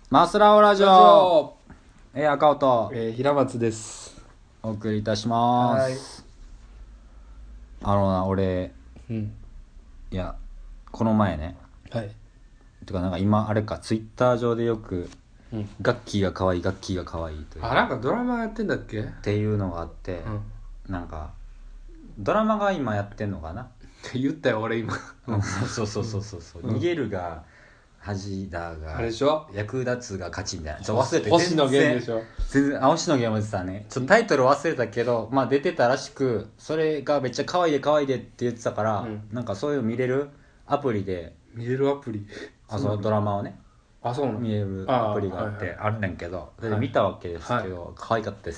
マスラオラジオ赤尾と平松です。 お送りいたします。俺うんいやこの前ねはいてかなんか今あれかツイッター上でよくうんガッキーが可愛いガッキーが可愛いというなんかドラマやってんだっけ？ っていうのがあって、なんかドラマが今やってんのかな言ったよ俺今。 そう、逃げるが恥だがあれでしょ？ 役立つが勝ちみたいなちょっと忘れて星野源でしょ？ 全然星野源も出てたね。ちょっとタイトル忘れたけどまあ出てたらしく、それがめっちゃ可愛いで可愛いでって言ってたから、なんかそういうの見れるアプリで見れるアプリ？ そのドラマをねそうなの？ 見れるアプリがあってあるねんけど、それで見たわけですけど、可愛かったです。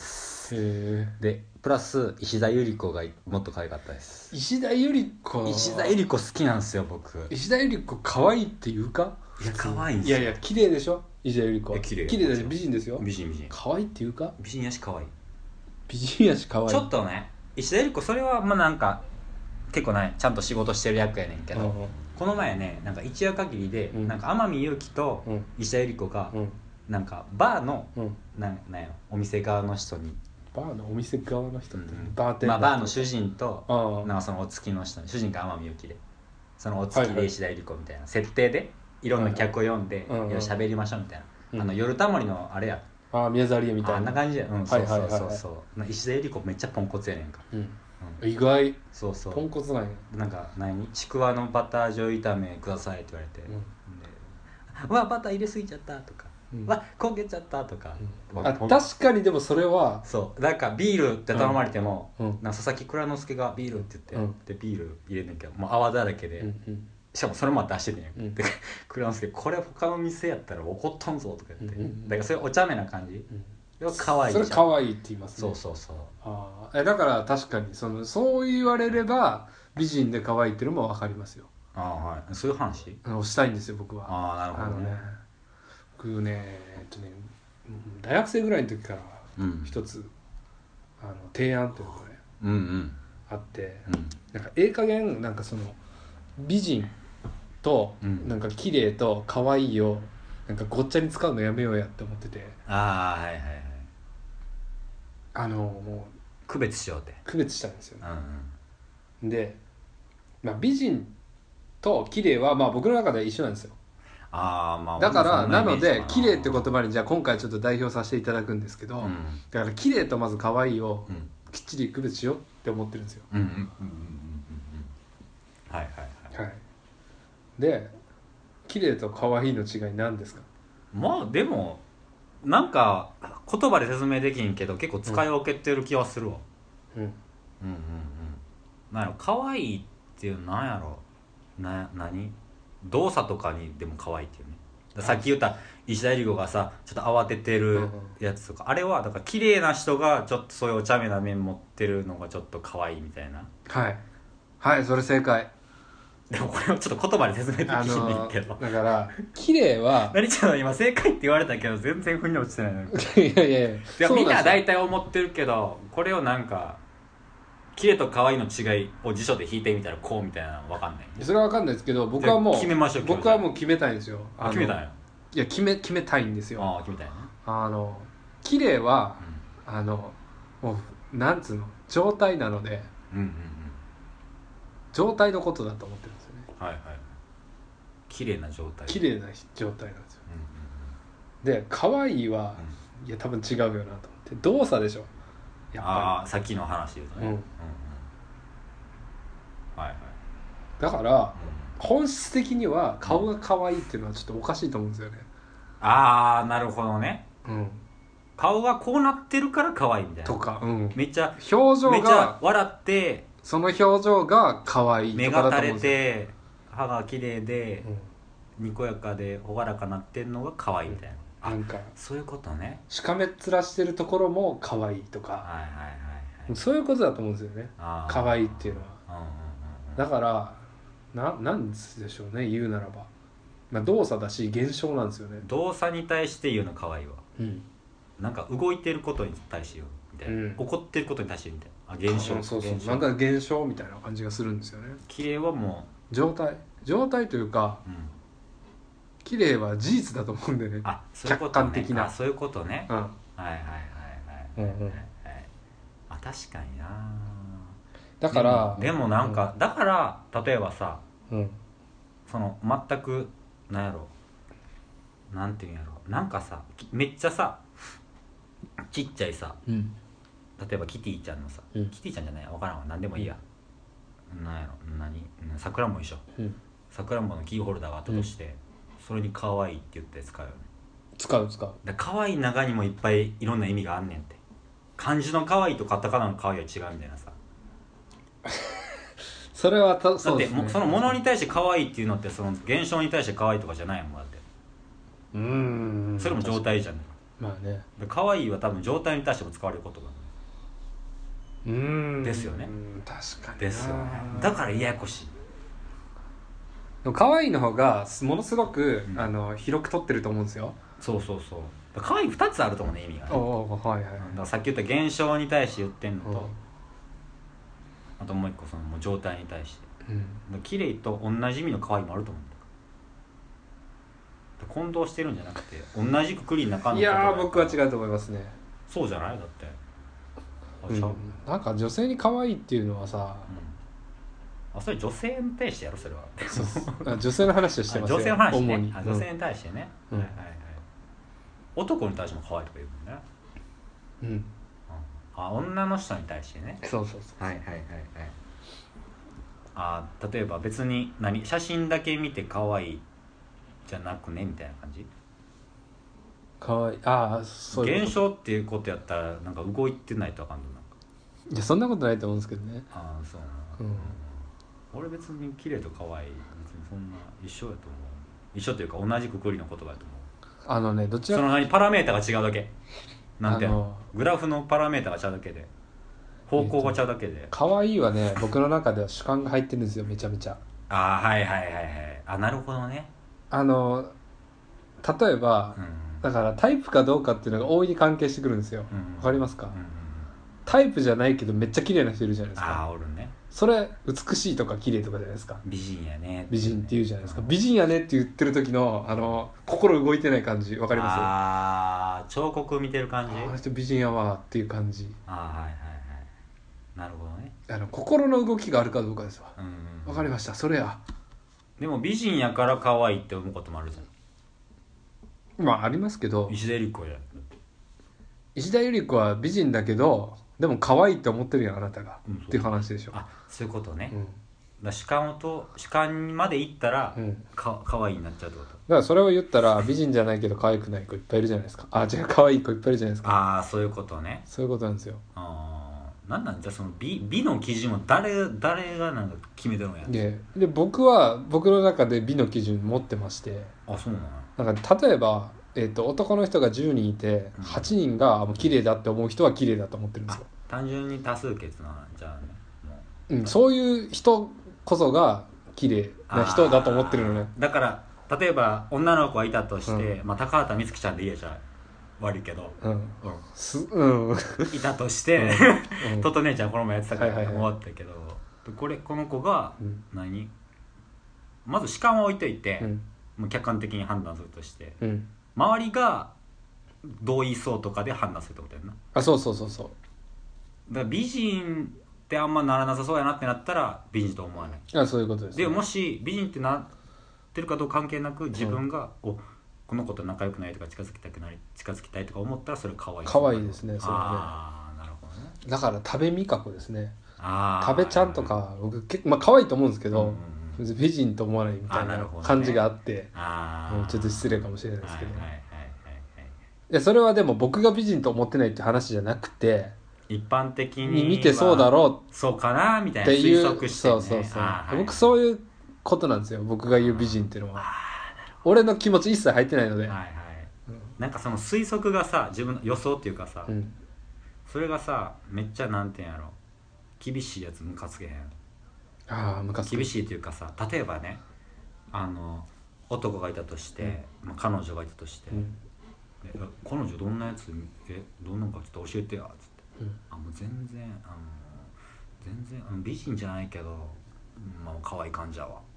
でプラス石田ゆり子がもっと可愛かったです。 石田ゆり子好きなんですよ僕。 石田ゆり子可愛いって言うか？ いや可愛いんですよ。 いや綺麗でしょ石田ゆり子。 綺麗だし美人ですよ。 美人可愛いって言うか？ 美人やし可愛い。 美人やし可愛い。 ちょっとね石田ゆり子それはまあなんか結構ねちゃんと仕事してる役やねんけど、この前ねなんか一夜限りで、なんか天海祐希と石田ゆり子が、なんかバーの、なんやお店側の人にバーのお店側の人って、 バーの主人となんかそのお付きの人に、主人が天海祐希でそのお付きで石田ゆり子みたいな設定でいろんな客を呼んで喋りましょうみたいな、夜たもりのあれや宮沢りえみたいなあんな感じや。そう石田ゆり子めっちゃポンコツやねんか。 意外。 そうポンコツなんや。 なんかちくわのバター醤油炒めくださいって言われて、うわバター入れすぎちゃったとか、わ焦げちゃったとか、 確かに。でもそれはそうなんかビールって頼まれても、なんか佐々木蔵之介がビールって言って、でビール入れんねんけどもう泡だらけで、しかもそれも出しててん、で蔵之介これ他の店やったら怒っとんぞとか言って、だからそれお茶目な感じ可愛いじゃん。 それ可愛いって言いますね。 そうだから確かにそう言われれば美人で可愛いっていうのも分かりますよ。 そういう話をしたいんですよ僕は。 なるほどね。 僕ね大学生ぐらいの時から一つ、提案というかね、あって、なんか加減なんか美人となんか綺麗と可愛いをなんかごっちゃに使うのやめようやって思ってて、もう区別しようって区別したんですよね。で、美人と綺麗は僕の中では一緒なんですよ。だからなので綺麗って言葉にじゃあ今回ちょっと代表させていただくんですけど、だから綺麗とまず可愛いをきっちり区別しようって思ってるんですよ。で綺麗と可愛いの違い何ですか？ まあでもなんか言葉で説明できんけど結構使い分けてる気はするわ。なんやろ可愛いっていうなんやろ何動作とかにでも可愛いっていうね。さっき言った石田ゆり子がさちょっと慌ててるやつとか、あれはだから綺麗な人がちょっとそういうお茶目な面持ってるのがちょっと可愛いみたいな。 はいそれ正解。 でもこれをちょっと言葉で説明できんねんけど、 だから綺麗は何ちゃうの今正解って言われたけど全然腑に落ちてないの。 いやみんな大体思ってるけど、これをなんか綺麗と可愛いの違いを辞書で引いてみたらこうみたいなの分かんない。 それは分かんないですけど、僕はもう決めましょう。 僕はもう決めたいんですよ。 決めたんや。 いや決めたいんですよ。 決めたいね。 綺麗は、もうなんつうの状態なので、状態のことだと思ってるんですよね。 綺麗な状態。 綺麗な状態なんですよ。で可愛いは、いや多分違うよなと思って、動作でしょ。やっぱりさっきの話で言うとね。 だから、本質的には顔が可愛いっていうのはちょっとおかしいと思うんですよね。 なるほどね。顔がこうなってるから可愛いみたいなとか、 めっちゃ表情がめっちゃ笑ってその表情が可愛いとかだと思うんですよ。目が垂れて歯が綺麗で、にこやかで朗らかなってんのが可愛いみたいな。なんかそういうことね。 しかめっ面してるところも可愛いとか、そういうことだと思うんですよね。可愛いっていうのは。だからなんでしょうね、言うならば、動作だし現象なんですよね。 動作に対して言うの可愛いわ。なんか動いてることに対して言うみたいな、起こってることに対して言うみたいな。現象。 そうなんか現象みたいな感じがするんですよね。 綺麗はもう状態というか、 綺麗は事実だと思うんでね。 あ、そういうことね。 客観的な。 あ、そういうことね。 うん。 はいはいはいはいうんうん。 はい。あ、確かにな。 だからでもなんか、だから例えばさ、 うん、 その全くなんやろ、なんていうんやろ、なんかさ、めっちゃさちっちゃいさ、 うん、 例えばキティちゃんのさ、 うん、 キティちゃんじゃない、わからんわ、なんでもいいや、なんやろ、さくらんぼ一緒、 うん、 さくらんぼのキーホルダーがあったとして、それに可愛いって言って使うよね。 使う。 だ可愛い中にもいっぱいいろんな意味があんねんって。漢字の可愛いとカタカナの可愛いは違うみたいなさ。 それはだってそうですね。 そのものに対して可愛いっていうのって、その現象に対して可愛いとかじゃないもんだって。それも状態じゃん。 まあね。 可愛いは多分状態に対しても使われる言葉ですよね。 確かにですよね。だからややこしい。 でも可愛いの方がものすごく、広く取ってると思うんですよ。 そうそうそう。可愛い2つあると思うね、意味がね。 はいはい。 だからさっき言った現象に対して言ってんのと、あともう一個そのもう状態に対して、綺麗と同じ意味の可愛いもあると思うんだ。混同してるんじゃなくて、同じくくりの中のいやー、僕は違うと思いますね。 そうじゃない？だって、 なんか女性に可愛いっていうのはさ、 あ、それ女性に対してやろ、それは。 女性の話をしてますよ。 女性の話ね。 主に女性に対してね、はいはいはい。男に対しても可愛いとか言うもんね。あ、女の人に対してね。 そう。 はいはいはいはい。あ、例えば別に写真だけ見て可愛いじゃなくねみたいな感じ。 可愛い。ああ、そういう現象っていうことやったらなんか動いてないとあかんの。なんかいや、そんなことないと思うんですけどね。 ああ、そうな、俺別に綺麗と可愛い別にそんな一緒やと思う。一緒というか同じくくりの言葉やと思う。 どちらそのパラメータが違うだけ。なんてグラフのパラメータが違うだけで、方向が違うだけで、 可愛いはね、僕の中では主観が入ってるんですよ、めちゃめちゃ。 ああ、はいはいはいはい。あ、なるほどね。 例えば、だからタイプかどうかっていうのが大いに関係してくるんですよ。わかりますか？タイプじゃないけどめっちゃ綺麗な人いるじゃないですか。 ああ、おるね。 それ美しいとか綺麗とかじゃないですか。 美人やね、 美人って言うじゃないですか。美人やねって言ってる時の心動いてない感じ、わかります？ ああ、彫刻見てる感じ。 あの人美人やわっていう感じ。 ああ、はいはいはい。なるほどね。 心の動きがあるかどうかですわ。わかりました、それや。 でも美人やから可愛いって思うこともあるじゃん。 まあありますけど、 石田ゆり子や。 石田ゆり子は美人だけどでも可愛いって思ってるやんあなたが、っていう話でしょ。 あ、そういうことね。だ主観までいったら、可愛いになっちゃうってこと。 だからそれを言ったら美人じゃないけど可愛くない子いっぱいいるじゃないですか。あ、違う、可愛い子いっぱいいるじゃないですか。 ああ、そういうことね。 そういうことなんですよ。 なんじゃその美の基準を誰がなんか決めてるんや。 で僕は僕の中で美の基準持ってまして。 あ、そうななの。 んか例えば、男の人が10人いて8人が綺麗だって思う人は綺麗だと思ってるんですよ。 単純に多数決なんじゃあね。 そういう人こそが綺麗な人だと思ってるのね。 だから例えば女の子がいたとして、高畑充希ちゃんでいいやじゃん。悪いけど、いたとして、トト姉ちゃんこの前やってたから終わったけど、この子がまず主観を置いといて、もう客観的に判断するとして、周りが同意そうとかで判断するってことやな。 あ、そう。 だから美人ってあんまならなさそうやなってなったら美人と思わない。 あ、そういうことです、 でもし美人ってなってるかどうか関係なく自分が、この子と仲良くないとか近づきたいとか思ったらそれ可愛い。 可愛いですね、それね。 ああ、なるほどね。 だから食べ味覚ですね。食べちゃんとか僕結構可愛いと思うんですけど、美人と思わないみたいな感じがあって、ちょっと失礼かもしれないですけど、いやそれはでも僕が美人と思ってないって話じゃなくて、 一般的に見てそうだろう、そうかなみたいな推測してね。 そう、僕そういうことなんですよ。僕が言う美人っていうのは俺の気持ち一切入ってないので、 なんかその推測がさ、自分の予想っていうかさ、それがさめっちゃなんてんやろ、厳しいやつムカつけへん。 ムカつく。 厳しいっていうかさ、例えばね、男がいたとして、彼女がいたとして、彼女どんなやつどんなんかちょっと教えてやっつって、もう全然美人じゃないけど、可愛い感じやわっつっ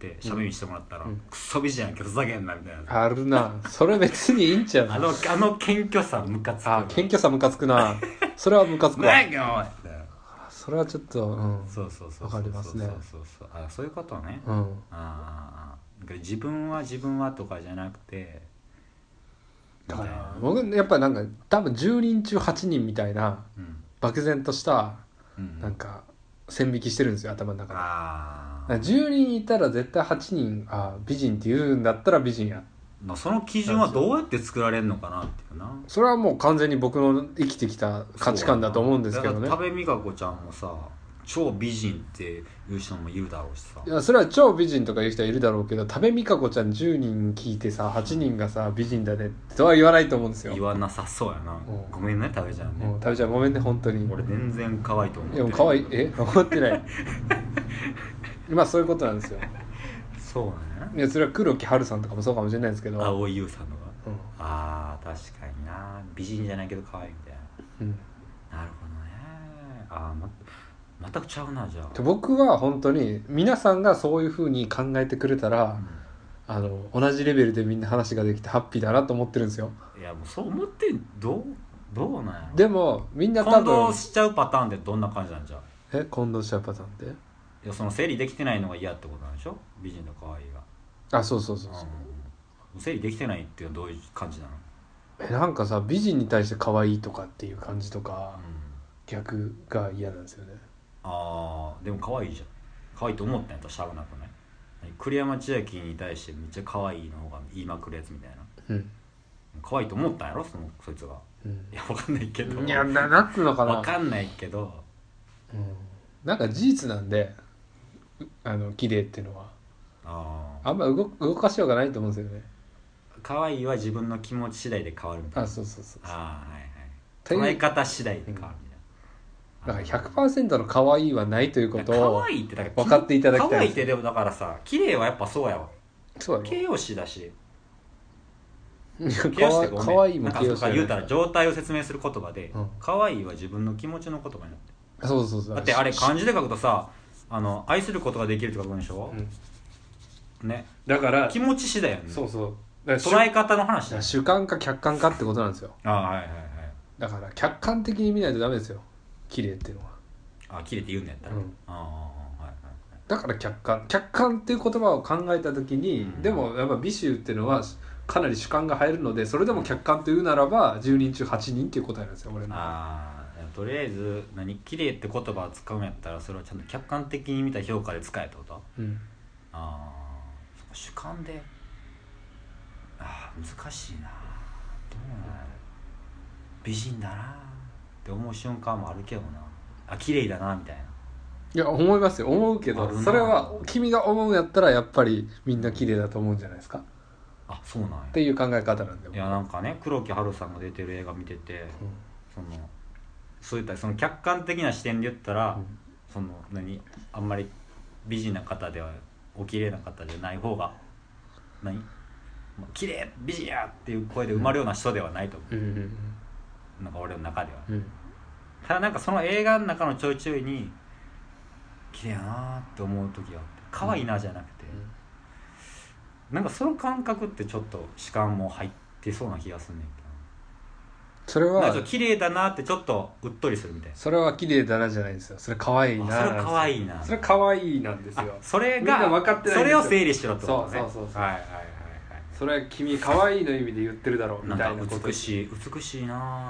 ってしゃべりしてもらったら、クソ美人やんけどふざけんなみたいな。 あるな。それ別にいいんちゃう。 あの謙虚さムカつく。 謙虚さムカつくな。それはムカつくわ。 何やおい。 それはちょっとそうわかりますね。 そういうことね。自分はとかじゃなくて。 だから僕やっぱりなんか多分10人中8人みたいな、漠然としたなんか線引きしてるんですよ頭の中で。10人いたら絶対8人美人って言うんだったら美人や。 その基準はどうやって作られるのかなっていうな。 それはもう完全に僕の生きてきた価値観だと思うんですけどね。 多部未華子ちゃんもさ超美人っていう人もいるだろうしさ。 いやそれは超美人とかいう人はいるだろうけど、多部未華子ちゃん10人聞いてさ8人がさ美人だねとは言わないと思うんですよ。 言わなさそうやな。ごめんね多部ちゃんね。 多部ちゃんごめんね本当に。 俺全然可愛いと思ってない。 いや可愛い思ってないまあそういうことなんですよ。 そうね。 いやそれは黒木華さんとかもそうかもしれないですけど、 蒼井優さんのが、確かにな。美人じゃないけど可愛いみたいな。なるほどね。全くちゃうなじゃあ。 僕は本当に皆さんがそういう風に考えてくれたら、同じレベルでみんな話ができてハッピーだなと思ってるんですよ。 いやもうそう思ってどうなんやろ。 でもみんな多分混同しちゃうパターンってどんな感じなんじゃ。 混同しちゃうパターンって、 いやその整理できてないのが嫌ってことなんでしょ。美人と可愛いが。 そう、 整理できてないっていうのはどういう感じなの。 なんかさ美人に対して可愛いとかっていう感じとか、逆が嫌なんですよね。 でも可愛いじゃん。可愛いと思ったんやったらしゃがなくない。栗山千明に対してめっちゃ可愛いの方が言いまくるやつみたいな。可愛いと思ったんやろそいつが。いや分かんないけど。 いやなんつうのかな。 分かんないけど。 なんか事実なんで綺麗っていうのはあんま動かしようがないと思うんですよね。 可愛いは自分の気持ち次第で変わるみたいな。 そう捉え方次第で変わるみたいな。 だから 100% の可愛いはないということを可愛いってだ分かっていただきたい。 可愛いってでもだからさ綺麗はやっぱそうやわ。 そうやろ。 形容詞だし。 可愛いも形容詞だ。 言うたら状態を説明する言葉で、可愛いは自分の気持ちの言葉になって。 そうだってあれ漢字で書くとさ愛することができるって書くんでしょ。ね。 だから気持ち次第やね。 そう捉え方の話だ。 主観か客観かってことなんですよ。だから客観的に見ないとダメですよ綺麗っていうのは。 綺麗って言うんだやったら。 だから客観っていう言葉を考えた時に、でもやっぱ美醜っていうのはかなり主観が入るので、それでも客観というならば10人中8人っていう答えなんですよ俺の。 とりあえず綺麗って言葉を使うんやったらそれはちゃんと客観的に見た評価で使えってこと。主観で難しいな。どうなんやろ。美人だなって思う瞬間もあるけどな。綺麗だなみたいな。 いや思いますよ。思うけどそれは君が思うんやったらやっぱりみんな綺麗だと思うんじゃないですか。 そうなんやっていう考え方なんで。 いやなんかね黒木華さんが出てる映画見てて、そういったその客観的な視点で言ったら、あんまり美人な方ではお綺麗な方じゃない方が綺麗美人やっていう声で生まれるような人ではないと思う。なんか俺の中では。ただなんかその映画の中のちょいちょいに綺麗やなって思う時があって、可愛いなじゃなくて、なんかその感覚ってちょっと主観も入ってそうな気がするねんけど。 それは綺麗だなってちょっとうっとりするみたいな。 それは綺麗だなじゃないんですよ。それ可愛いな。 それ可愛いな。 それ可愛いなんですよ。 それみんな分かってないんですよ。 それを整理しろってことね。 そう。それは君可愛いの意味で言ってるだろうみたいなこと。 美しいなみたいな。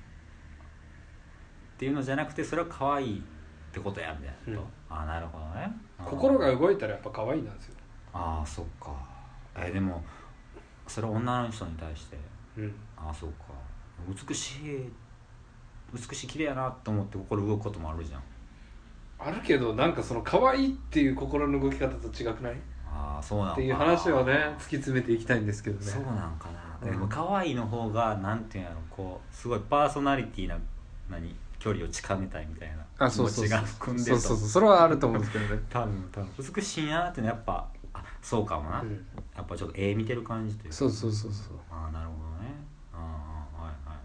っていうのじゃなくてそれは可愛いってことやみたいなこと。なるほどね。 心が動いたらやっぱ可愛いなんですよ。 そっか。でもそれは女の人に対して。そうか。美しい綺麗やなと思って心動くこともあるじゃん。 あるけどなんかその可愛いっていう心の動き方と違くない？ そうなんかなっていう話をね突き詰めていきたいんですけどね。 そうなんかな。でも可愛いの方がなんていうんやろすごいパーソナリティな距離を近めたいみたいな気持ちが含んでると。 それはあると思うんですけどね。 多分美しいなってのはやっぱそうかもな。やっぱちょっと見てる感じというか。 そう。 なるほどね。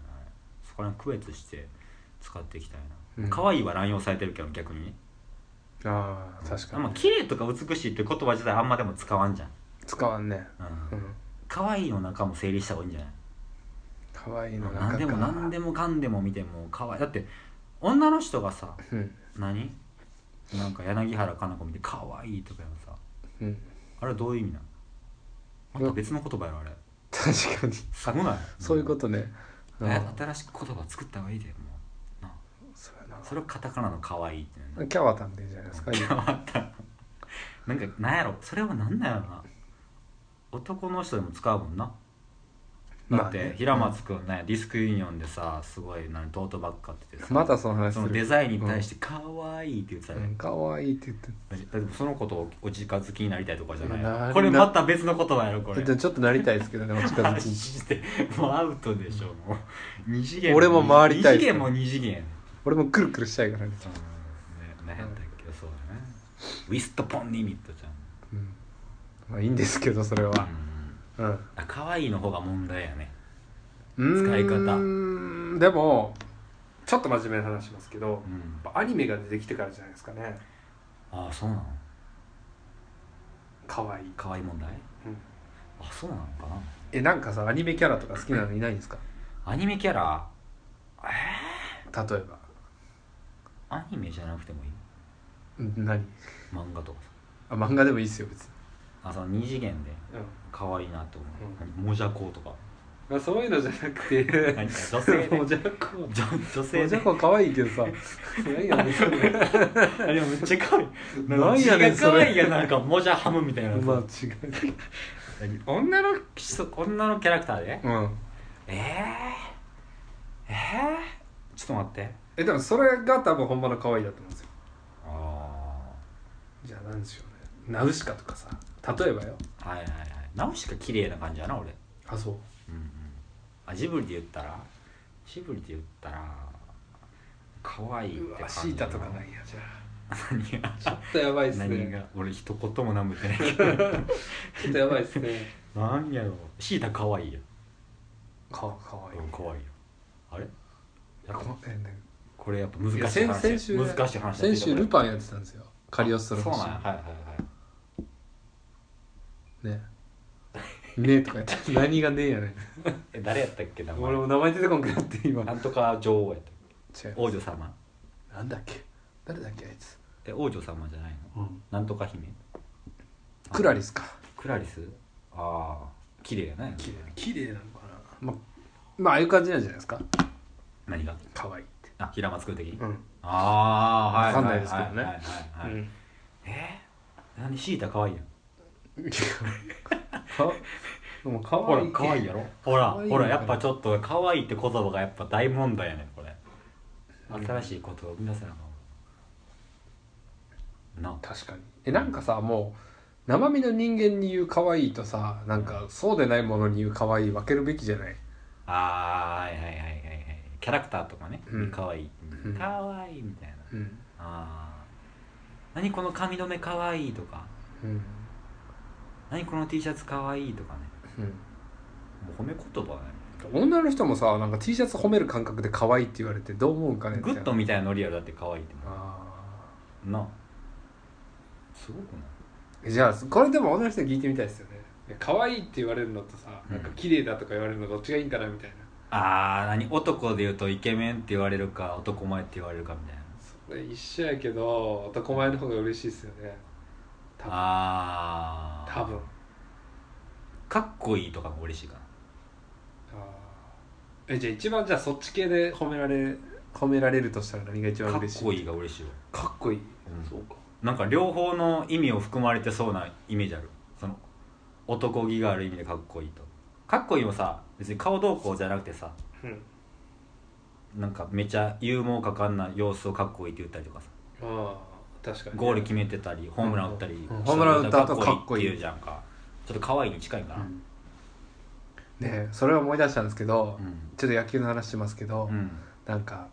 そこら辺区別して使っていきたいな。可愛いは乱用されてるけど逆にね。 ああ確かに、 まあ綺麗とか美しいって言葉自体あんまでも使わんじゃん。 使わんね。 可愛いの中も整理した方がいいんじゃない？ 可愛いの中か何でもかんでも見ても可愛い。だって女の人がさ、何なんか柳原可奈子見て可愛いとかやさ、あれはどういう意味なの？また別の言葉やろあれ。 確かにすごない？ そういうことね。 新しく言葉作った方がいいでもうな。それをカタカナの可愛いってね。 キャワタンでいいじゃないですか。 キャワタンなんかなんやろそれはなんなんやろな。男の人でも使うもんな。だって平松くんね、ディスクユニオンでさすごいトートバッグ買っててさ、 またその話する。 そのデザインに対して可愛いって言ってたね。 可愛いって言ってだってその子とお近づきになりたいとかじゃない。これまた別の言葉やろこれ。 ちょっとなりたいですけどね、お近づきしてもうアウトでしょ。もう二次元。 俺も回りたい。 二次元も二次元。 俺もくるくるしたいからね。 何やったっけ、そうだね。ウィストポンリミットじゃん。 まあいいんですけどそれは。 可愛いの方が問題やね。使い方。 でもちょっと真面目な話しますけど、アニメが出てきてからじゃないですかね。 ああそうなの。 可愛い問題。あそうなのかな。なんかさアニメキャラとか好きなのいないんですか？ アニメキャラ。 例えばアニメじゃなくてもいい？ 何？ 漫画とかさ。漫画でもいいっすよ別に。 その二次元で可愛いなと思う。もじゃことか。 そういうのじゃなくて女性で。もじゃこ。女性で。 もじゃこ可愛いけどさ。何やねんそれ。 でもめっちゃ可愛い。 何やねんそれ。 可愛いやなんかもじゃハムみたいな。 まあ違う。 女のキャラクターで？ちょっと待って。 でもそれが多分本場の可愛いだと思うんですよ。じゃあ何でしょうね。ナウシカとかさ。例えばよ。 はいはいはい。ナウシカ綺麗な感じやな俺。 あそう。 ジブリで言ったら可愛いって感じ。 シータとかないやじゃあ。 何がちょっとやばいっすね。 何が俺一言も何も言ってないけど。 ちょっとやばいっすね。 何やろ。シータ可愛いや。 可愛い。 可愛いよ。あれ？ これやっぱ難しい話。難しい話。 先週ルパンやってたんですよ。カリオストロフ。 そうなんや。はいね。ねとか言って何がねやねん。誰やったっけ名前。 俺も名前出てこんくなって今。 なんとか女王やったっけ。王女様。 なんだっけ。誰だっけあいつ。 王女様じゃないの？なんとか姫。 クラリスか。 クラリス。ああ綺麗やね。 綺麗なのかな。まあああいう感じなんじゃないですか。 何が？ 可愛いって。 平松くん的に。 ああはい。わかんないですけどね。 何シータ可愛いやん。 でも可愛い。 可愛いやろ。ほらやっぱちょっと可愛いって言葉がやっぱ大問題やねんこれ。新しいことを生み出せなの。 確かに。なんかさもう生身の人間に言う可愛いとさなんかそうでないものに言う可愛い分けるべきじゃない？ はいキャラクターとかね、可愛い可愛いみたいな。何この髪留め可愛いとか。何この T シャツ可愛いとかね。もう褒め言葉ね。 女の人もさなんか T シャツ褒める感覚で可愛いって言われてどう思うんかね。 グッドみたいなノリやだって可愛いってなあすごくない？ じゃあこれでも女の人に聞いてみたいですよね。可愛いって言われるのとさなんか綺麗だとか言われるのどっちがいいんかなみたいな。 男で言うとイケメンって言われるか男前って言われるかみたいな。 それ一緒やけど男前の方が嬉しいですよね。多分かっこいいとかも嬉しいかな。 じゃあ一番そっち系で褒められるとしたら何が一番嬉しい？ かっこいいが嬉しいよ。 かっこいい、そうか。 なんか両方の意味を含まれてそうなイメージある。その男気がある意味でかっこいいと。かっこいいもさ別に顔どうこうじゃなくてさ、なんかめちゃ勇猛果敢な様子をかっこいいって言ったりとかさ。 確かに、 ゴール決めてたりホームラン打ったり、 ホームラン打った後かっこいいって言うじゃんか。ちょっと可愛いに近いかな。 ねそれを思い出したんですけど、ちょっと野球の話しますけど、なんか、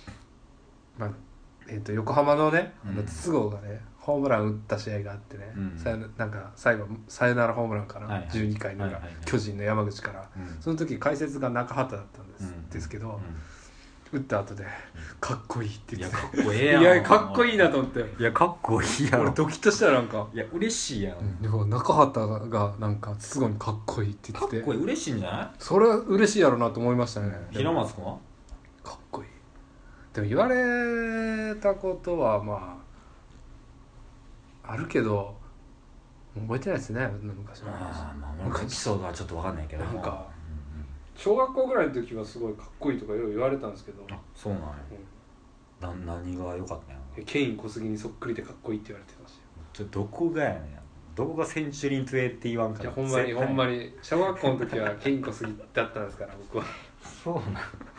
横浜のね筒香がねホームラン打った試合があってね、なんか最後サヨナラホームランかな、12回の裏、巨人の山口から、その時解説が中畑だったんですけど、 打った後でかっこいいっていや言ってかっこええやんいやかっこいいなと思っていやかっこいいやろ俺ドキッとしたらなんかいや嬉しいやん、 でも中畑がなんかすごいかっこいいって言っててかっこいい嬉しいんじゃないそれは嬉しいやろなと思いましたね。 平松君はかっこいい。でも言われたことはまああるけど覚えてないですね昔の話。 まあエピソードはちょっと分かんないけどなんか小学校ぐらいの時はすごいかっこいいとかよう言われたんですけど、 あそうなんや、何が良かったんやろケイン小杉にそっくりでかっこいいって言われてましたよ。 どこがやねんどこがセンチュリーツエって言わんかいらやほんまにほんまに小学校の時はケイン小杉だったんですから僕はそうなん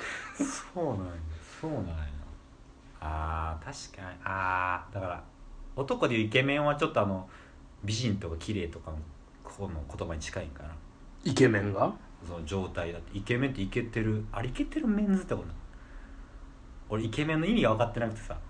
そうなんや確かにだから男でいうイケメンはちょっと美人とか綺麗とかのこの言葉に近いんかな。 イケメンがその状態だってイケメンってイケてるイケてるメンズってことな俺イケメンの意味が分かってなくてさ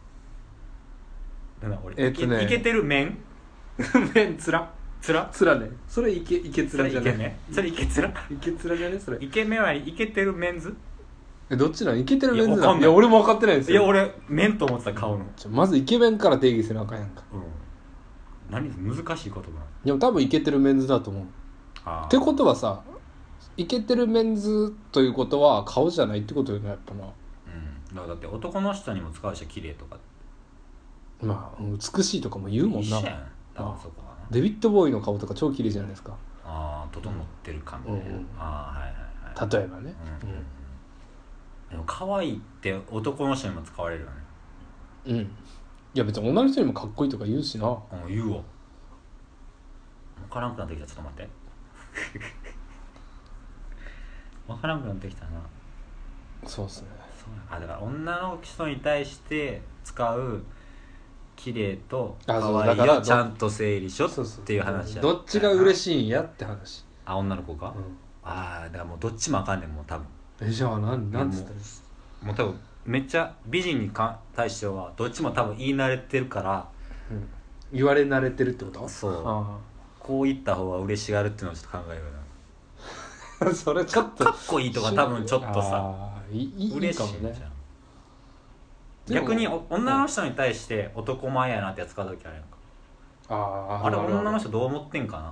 俺、イケてるメン面つらつらねそれイケつらじゃないそれイケつらイケつらじゃねそれイケメンはイケてるメンズどっちなのイケてるメンズいやわかんないいや俺も分かってないですよ。 いや俺メンと思ってた顔のまずイケメンから定義せなあかんやんか。 何難しい言葉でも多分イケてるメンズだと思う。ってことはさイケてるメンズということは顔じゃないってことよねやっぱな。 だって男の人にも使うし綺麗とかまあ美しいとかも言うもんな。 一緒やん多分そこはな。 デビッド・ボーイの顔とか超綺麗じゃないですか。 整ってる感じね、はい例えばね、 でも可愛いって男の人にも使われるよね。 いや別に女の人にもかっこいいとか言うしな。 言うわ分からんくなってきた。ちょっと待って分からんくなってきたな。 そうっすね。 だから女の人に対して使う綺麗と可愛いをちゃんと整理しよっていう話や。 どっちが嬉しいんやって話。 女の子か、だからもうどっちもあかんねんもう多分。 じゃあなんつったらもう多分めっちゃ美人に対してはどっちも多分言い慣れてるから、 言われ慣れてるってこと。 そうこう言った方が嬉しがるっていうのをちょっと考えようなそれちょっとかっこいいとか多分ちょっとさ嬉しいんじゃん。逆に女の人に対して男前やなってやつ使う時あるやんか。あれ女の人どう思ってんかな。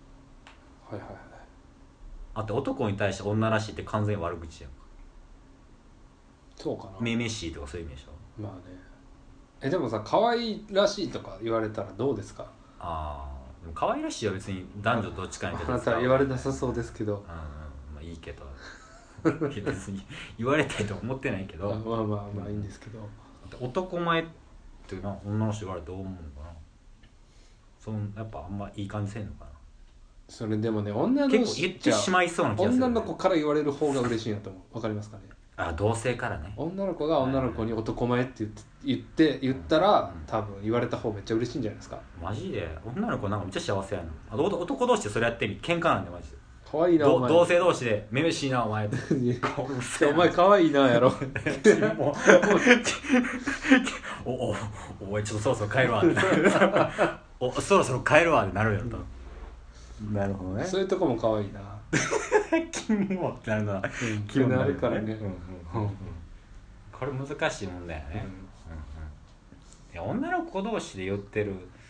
男に対して女らしいって完全に悪口やんか。 そうかな。 めめしいとかそういう意味でしょ。 まあね。でもさ可愛いらしいとか言われたらどうですか。 でも可愛らしいは別に男女どっちかにあなたは言われなさそうですけど。 まあいいけど別に言われたいと思ってないけどまあいいんですけど。 男前ってな女の人言われてどう思うのかな。やっぱあんまいい感じせんのかな。 それでもね女の子結構言ってしまいそうな気がする、 女の子から言われる方が嬉しいなと思う。わかりますかね。 同性からね。 女の子が女の子に男前って言ったら多分言われた方めっちゃ嬉しいんじゃないですか。 マジで女の子なんかめっちゃ幸せやな。男同士でそれやってみ喧嘩なんでマジで。 可愛いなお前。 同性同士でめめしいなお前ってお前可愛いなやろお前ちょっとそろそろ帰るわってそろそろ帰るわってなるやろ。なるほどね。 そういうとこも可愛いな君もってなるな。 君もあるからね。 これ難しいもんだよね。女の子同士で言ってる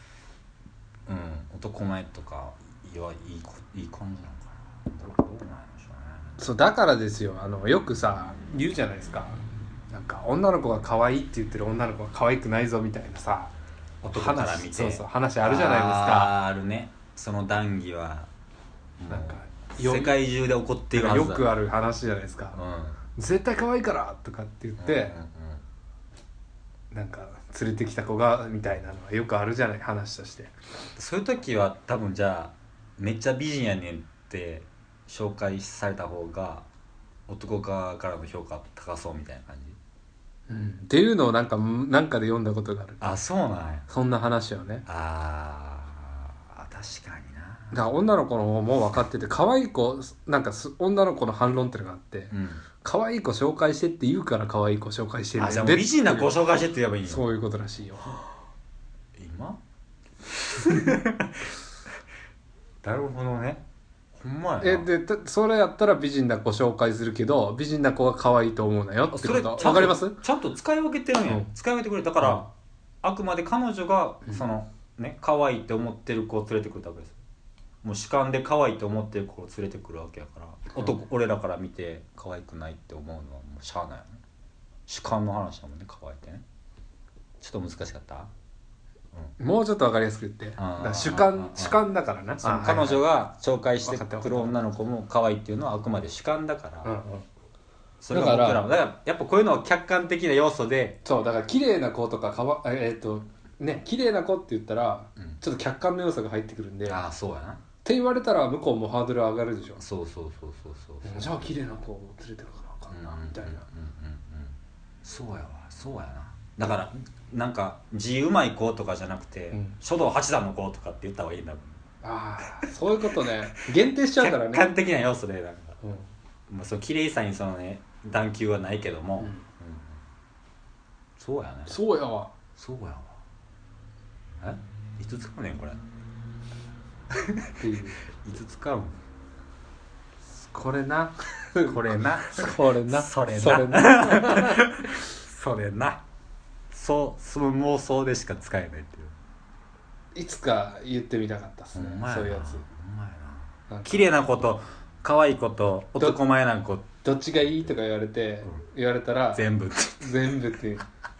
男前とかいい感じなのかな。どうなんでしょうね。 そうだからですよ。よくさ言うじゃないですか。なんか女の子が可愛いって言ってる女の子が可愛くないぞみたいなさ男から見て話あるじゃないですか。 あるね。その談義はなんか世界中で起こっているはずだ。 よくある話じゃないですか。絶対可愛いからとかって言って、なんか連れてきた子がみたいなのはよくあるじゃない話として。 そういう時は多分じゃあめっちゃ美人やねんって紹介された方が男側からの評価高そうみたいな感じ。 っていうのをなんかで読んだことがある。 そうなんや。 そんな話をね。 確かにな。 だから女の子の方も分かってて可愛い子なんか女の子の反論ってのがあって、可愛い子紹介してって言うから可愛い子紹介してるんじゃあ美人な子紹介してって言えばいいの。 そういうことらしいよ今なるほどね。 ほんまやな。 でそれやったら美人な子紹介するけど美人な子が可愛いと思うなよってそれことわかります？ ちゃんと使い分けてるんや、使い分けてくれ。だから、あくまで彼女がそのね可愛いって思ってる子を連れてくるわけです。もう主観で可愛いと思ってる子を連れてくるわけやから、俺らから見て可愛くないって思うのはもうしゃあないよね。主観の話だもんね、可愛いってね。ちょっと難しかった？ もうちょっとわかりやすく言って。だから主観だからな。 その彼女が紹介してくる女の子も可愛いっていうのはあくまで主観だから、それが僕らもだからやっぱこういうのは客観的な要素で。 そうだから綺麗な子とかね綺麗な子って言ったら、ちょっと客観の要素が入ってくるんで、 ああそうやなって言われたら向こうもハードル上がるでしょ。 そうじゃあ綺麗な子を連れてくるのかなみたいな。 そうやわ、そうやな。だからなんか字うまい子とかじゃなくて、書道八段の子とかって言った方がいいんだもん。 ああそういうことね。限定しちゃうからね。 客観的な要素でなんか、まあ、そう綺麗さにそのね段級はないけども、そうやね。 そうやわ。 いつ使うねんこれっていういつ使うん？ これなこれなこれなそれなそれなその妄想でしか使えないっていう。 いつか言ってみたかったっすね。そういうやつ。 綺麗な子と可愛い子と男前な子どっちがいいとか言われたら全部って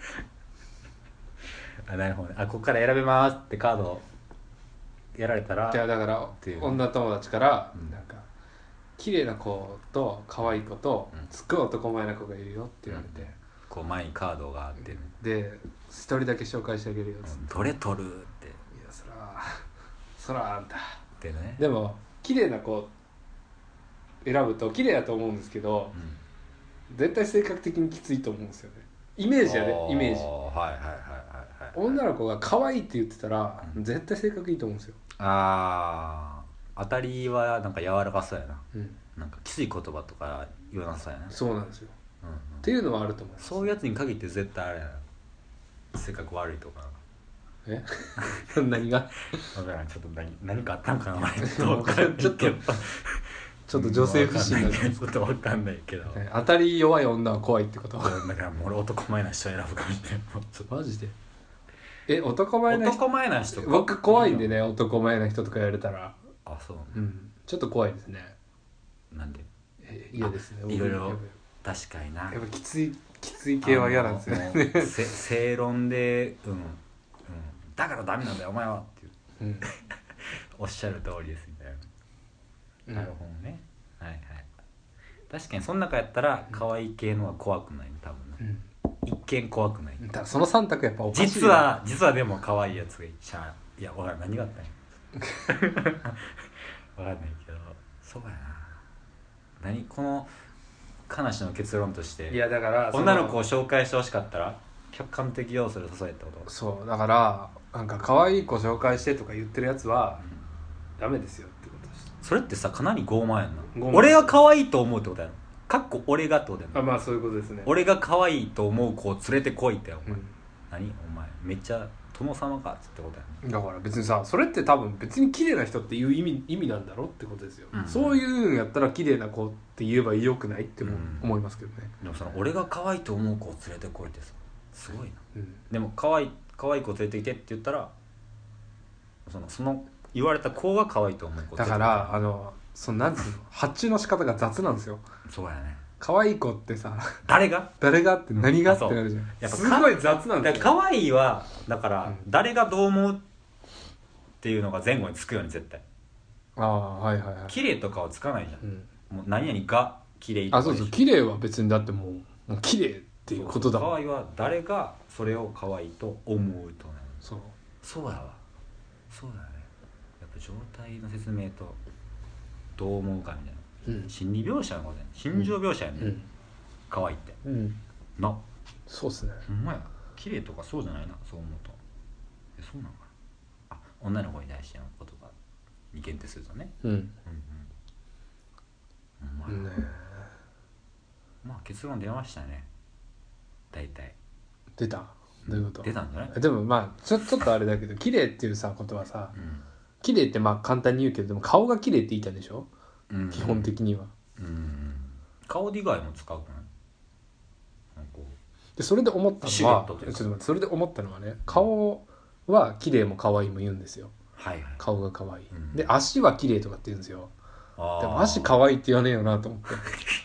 あ、なるほどね。あ、ここから選べますってカードをやられたら、 じゃあだから女友達からなんか綺麗な子と可愛い子とすっごい男前な子がいるよって言われて、 こう前にカードがあって、ね、 で一人だけ紹介してあげるよっつって、 どれ取るって、いやそらあんたってね。でも綺麗な子選ぶと綺麗だと思うんですけど、絶対性格的にきついと思うんですよね。イメージやで、イメージ。女の子が可愛いって言ってたら、絶対性格いいと思うんですよ。 ああ、当たりはなんか柔らかそうやな、なんかきつい言葉とか言わなそうやな。 そうなんですよ、っていうのはあると思います。 そういうやつに限って絶対あれやな、性格悪いとか。 何が分からん、ちょっと何かあったんかなちょっと女性不信なんでちょっと分かんないけど、 当たり弱い女は怖いってこと。 だからもう俺男前な人選ぶかみたいな。 マジで男前な人僕怖いんでね、男前な人とかやれたら。 あ、そう、 ちょっと怖いですね。 なんで？ 嫌ですね。 いろいろ確かにな。 やっぱきつい系は嫌なんですよね。 正論でだからダメなんだよお前はっていう、おっしゃる通りですみたいな。なるほどね。はいはい。確かにその中やったら可愛い系のは怖くない多分な。一見怖くない。 だその3択やっぱおかしい。 実はでも可愛いやつがいや分からん、何があったんや分かんないけど、そうやな。この話の結論として、 いやだから女の子を紹介してほしかったら客観的要素で支えたこと。 そうだからなんか可愛い子紹介してとか言ってるやつは、ダメですよってことです。 それってさ、かなり傲慢やんな。俺が可愛いと思うってことやろ。かっこ俺がってことやんな。 まあそういうことですね。 俺が可愛いと思う子を連れてこいってお前、何お前めっちゃ殿様かってことやん。 だから別にさ、それって多分別に綺麗な人っていう意味なんだろってことですよ、そういうのやったら綺麗な子って言えばよくないって思いますけどね、 でもその俺が可愛いと思う子を連れてこいってさ、すごいな、でも可愛い子連れてきてって言ったら、その言われた子が可愛いと思う子だからなんつうの発注の仕方が雑なんですよ。 そうやね。 可愛い子ってさ、 誰がって何がってなるじゃん。やっぱすごい雑なんですよ。 可愛いはだから、誰がどう思うっていうのが前後につくように絶対。 はいはいはい。 綺麗とかはつかないじゃん、もう何々が綺麗とか。 そう綺麗は別にだってもう綺麗っていうことだもん。 可愛いは誰がそれを可愛いと思うとなる。そうやわ。そうだね。やっぱ状態の説明とどう思うかみたいな、心理描写のことね、心情描写やね、可愛いって、な。そうっすね。ほんまや。綺麗とかそうじゃないな、そう思うと。そうなのかな。女の子に対しての言葉に限定するとね。まあ結論出ましたね。大体。出た。どういうこと？出たんじゃない？でもまあちょっとあれだけど、綺麗っていうさことはさ、綺麗ってまあ簡単に言うけど、でも顔が綺麗って言いたいでしょ。 基本的には。 顔以外も使うのね。なんかこでそれで思ったシのはルエットというかちょっと待って、それで思ったのはね、顔は綺麗も可愛いも言うんですよ。 はいはい。 顔が可愛い、 うんで足は綺麗とかって言うんですよ。 あーでも足可愛いって言わねえよなと思って。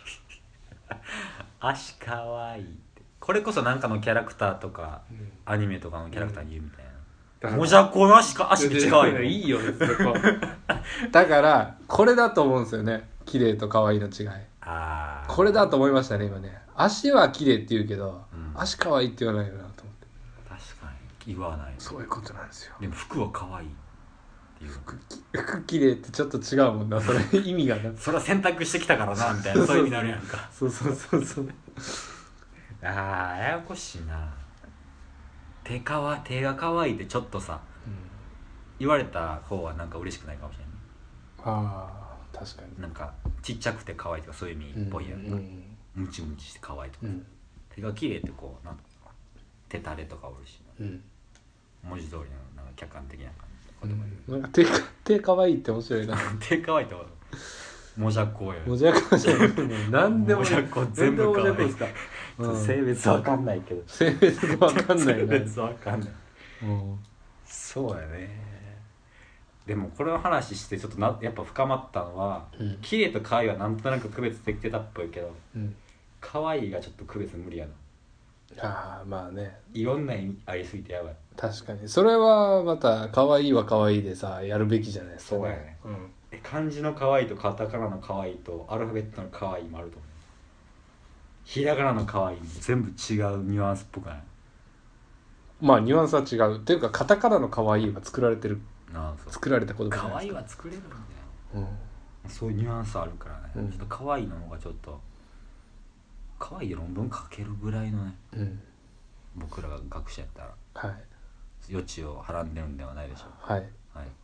足かわいいって、これこそなんかのキャラクターとか、 うんアニメとかのキャラクターに言うみたいな、 だからもじゃこの足めっちゃ可愛いの。 いいよそこだからこれだと思うんですよね、綺麗と可愛いの違い。 あーこれだと思いましたね今ね。足は綺麗って言うけど、 うん足可愛いって言わないよなと思って。 確かに言わない。 そういうことなんですよ。 でも服は可愛いっていう、 服綺麗ってちょっと違うもんな、それ意味がな。 それは選択してきたからなみたいなそういう意味になるやんか。 そうそうそうそう。 あーややこしいな。手が可愛いってちょっとさ、言われた方はなんか嬉しくないかもしれない。 ああ確かに。 なんかちっちゃくて可愛いとかそういう意味っぽいやんか、ムチムチして可愛いとか、手が綺麗ってこうなんか手垂れとかおるし、文字通りのなんか客観的な感じの言葉なんか手可愛いって面白いな。 手可愛いってこともじゃこやもじゃこじゃない。何でももじゃこ全部可愛いですか。 性別わかんないけど性別わかんない性な。 別わかんない。そうやね。でもこれの話してちょっとやっぱ深まったのは、綺麗と可愛いはなんとなく区別できてたっぽいけど、可愛いがちょっと区別無理やな。 ああまあね、 いろんな意味ありすぎてやばい。 確かにそれはまた可愛いは可愛いでさやるべきじゃないですか、 そうやね、漢字の可愛いとカタカナの可愛いとアルファベットの可愛いもあると思う。ひらがなの可愛いも全部違うニュアンスっぽくない？ まあニュアンスは違うっていうか、カタカナの可愛いは作られてる、 そう作られた言葉じゃ可愛いないですか。 は作れるんだよ、そういうニュアンスあるからね、ちょっと可愛いの方がちょっと可愛いで論文書けるぐらいのね、僕らが学者やったらはい余地をはらんでるんではないでしょうか。 はいはい